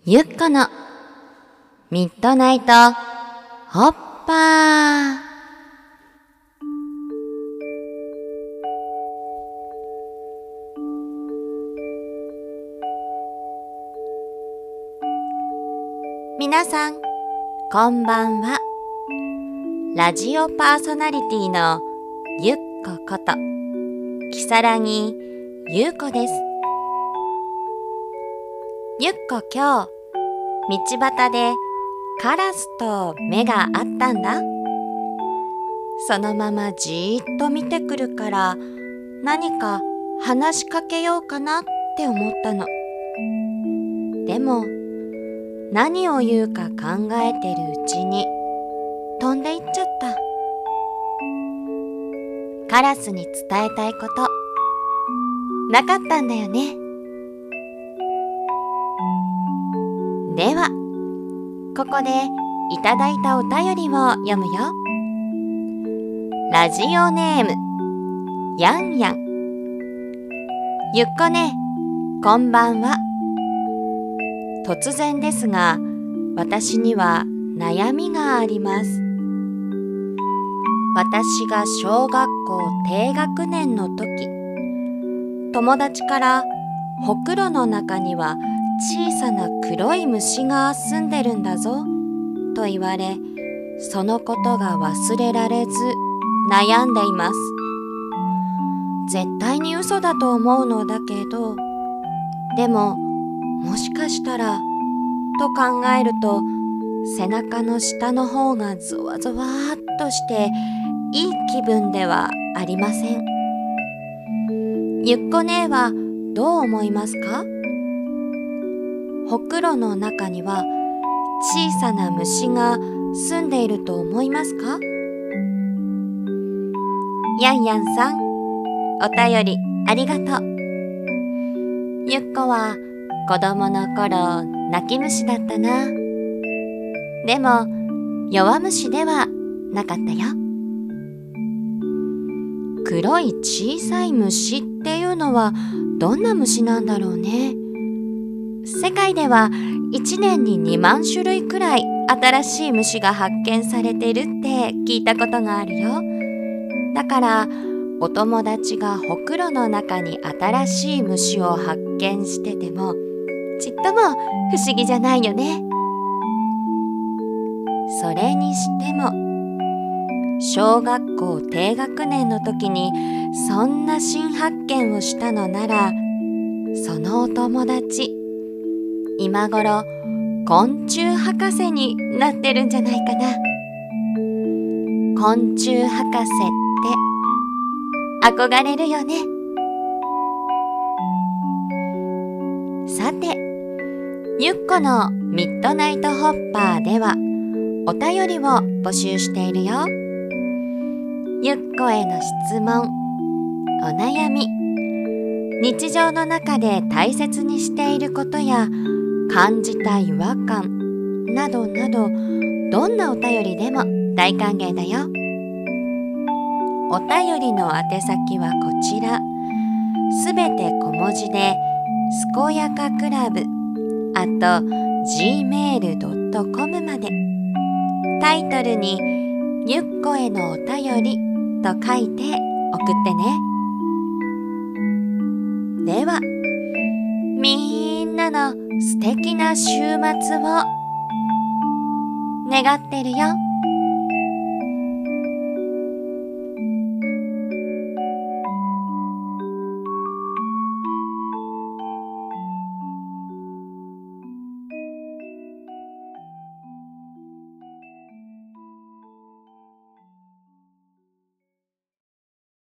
ゆっこのミッドナイトホッパー。皆さんこんばんは。ラジオパーソナリティのゆっここときさらぎゆうこです。ゆっこ、今日道端でカラスと目があったんだ。そのままじーっと見てくるから、何か話しかけようかなって思ったの。でも何を言うか考えてるうちに飛んでいっちゃった。カラスに伝えたいことなかったんだよね。ではここでいただいたお便りを読むよ。ラジオネームやんやん。ゆっこね、こんばんは。突然ですが、私には悩みがあります。私が小学校低学年の時、友達からほくろの中には小さな黒い虫が住んでるんだぞと言われ、そのことが忘れられず悩んでいます。絶対に嘘だと思うのだけど、でももしかしたらと考えると、背中の下の方がゾワゾワーっとしていい気分ではありません。ゆっこ姉はどう思いますか？ほくろの中には小さな虫が住んでいると思いますか？やんやんさん、お便りありがとう。ゆっこは子供の頃泣き虫だったな。でも弱虫ではなかったよ。黒い小さい虫っていうのはどんな虫なんだろうね。世界では1年に2万種類くらい新しい虫が発見されてるって聞いたことがあるよ。だからお友達がほくろの中に新しい虫を発見しててもちっとも不思議じゃないよね。それにしても小学校低学年の時にそんな新発見をしたのなら、そのお友達今頃昆虫博士になってるんじゃないかな。昆虫博士って憧れるよね。さて、ゆっこのミッドナイトホッパーではお便りを募集しているよ。ゆっこへの質問、お悩み、日常の中で大切にしていることや感じた違和感などなど、どんなお便りでも大歓迎だよ。お便りの宛先はこちら。すべて小文字で、すこやかクラブ@gmail.com まで。タイトルにゆっこへのお便りと書いて送ってね。ではみんなの素敵な週末を願ってるよ。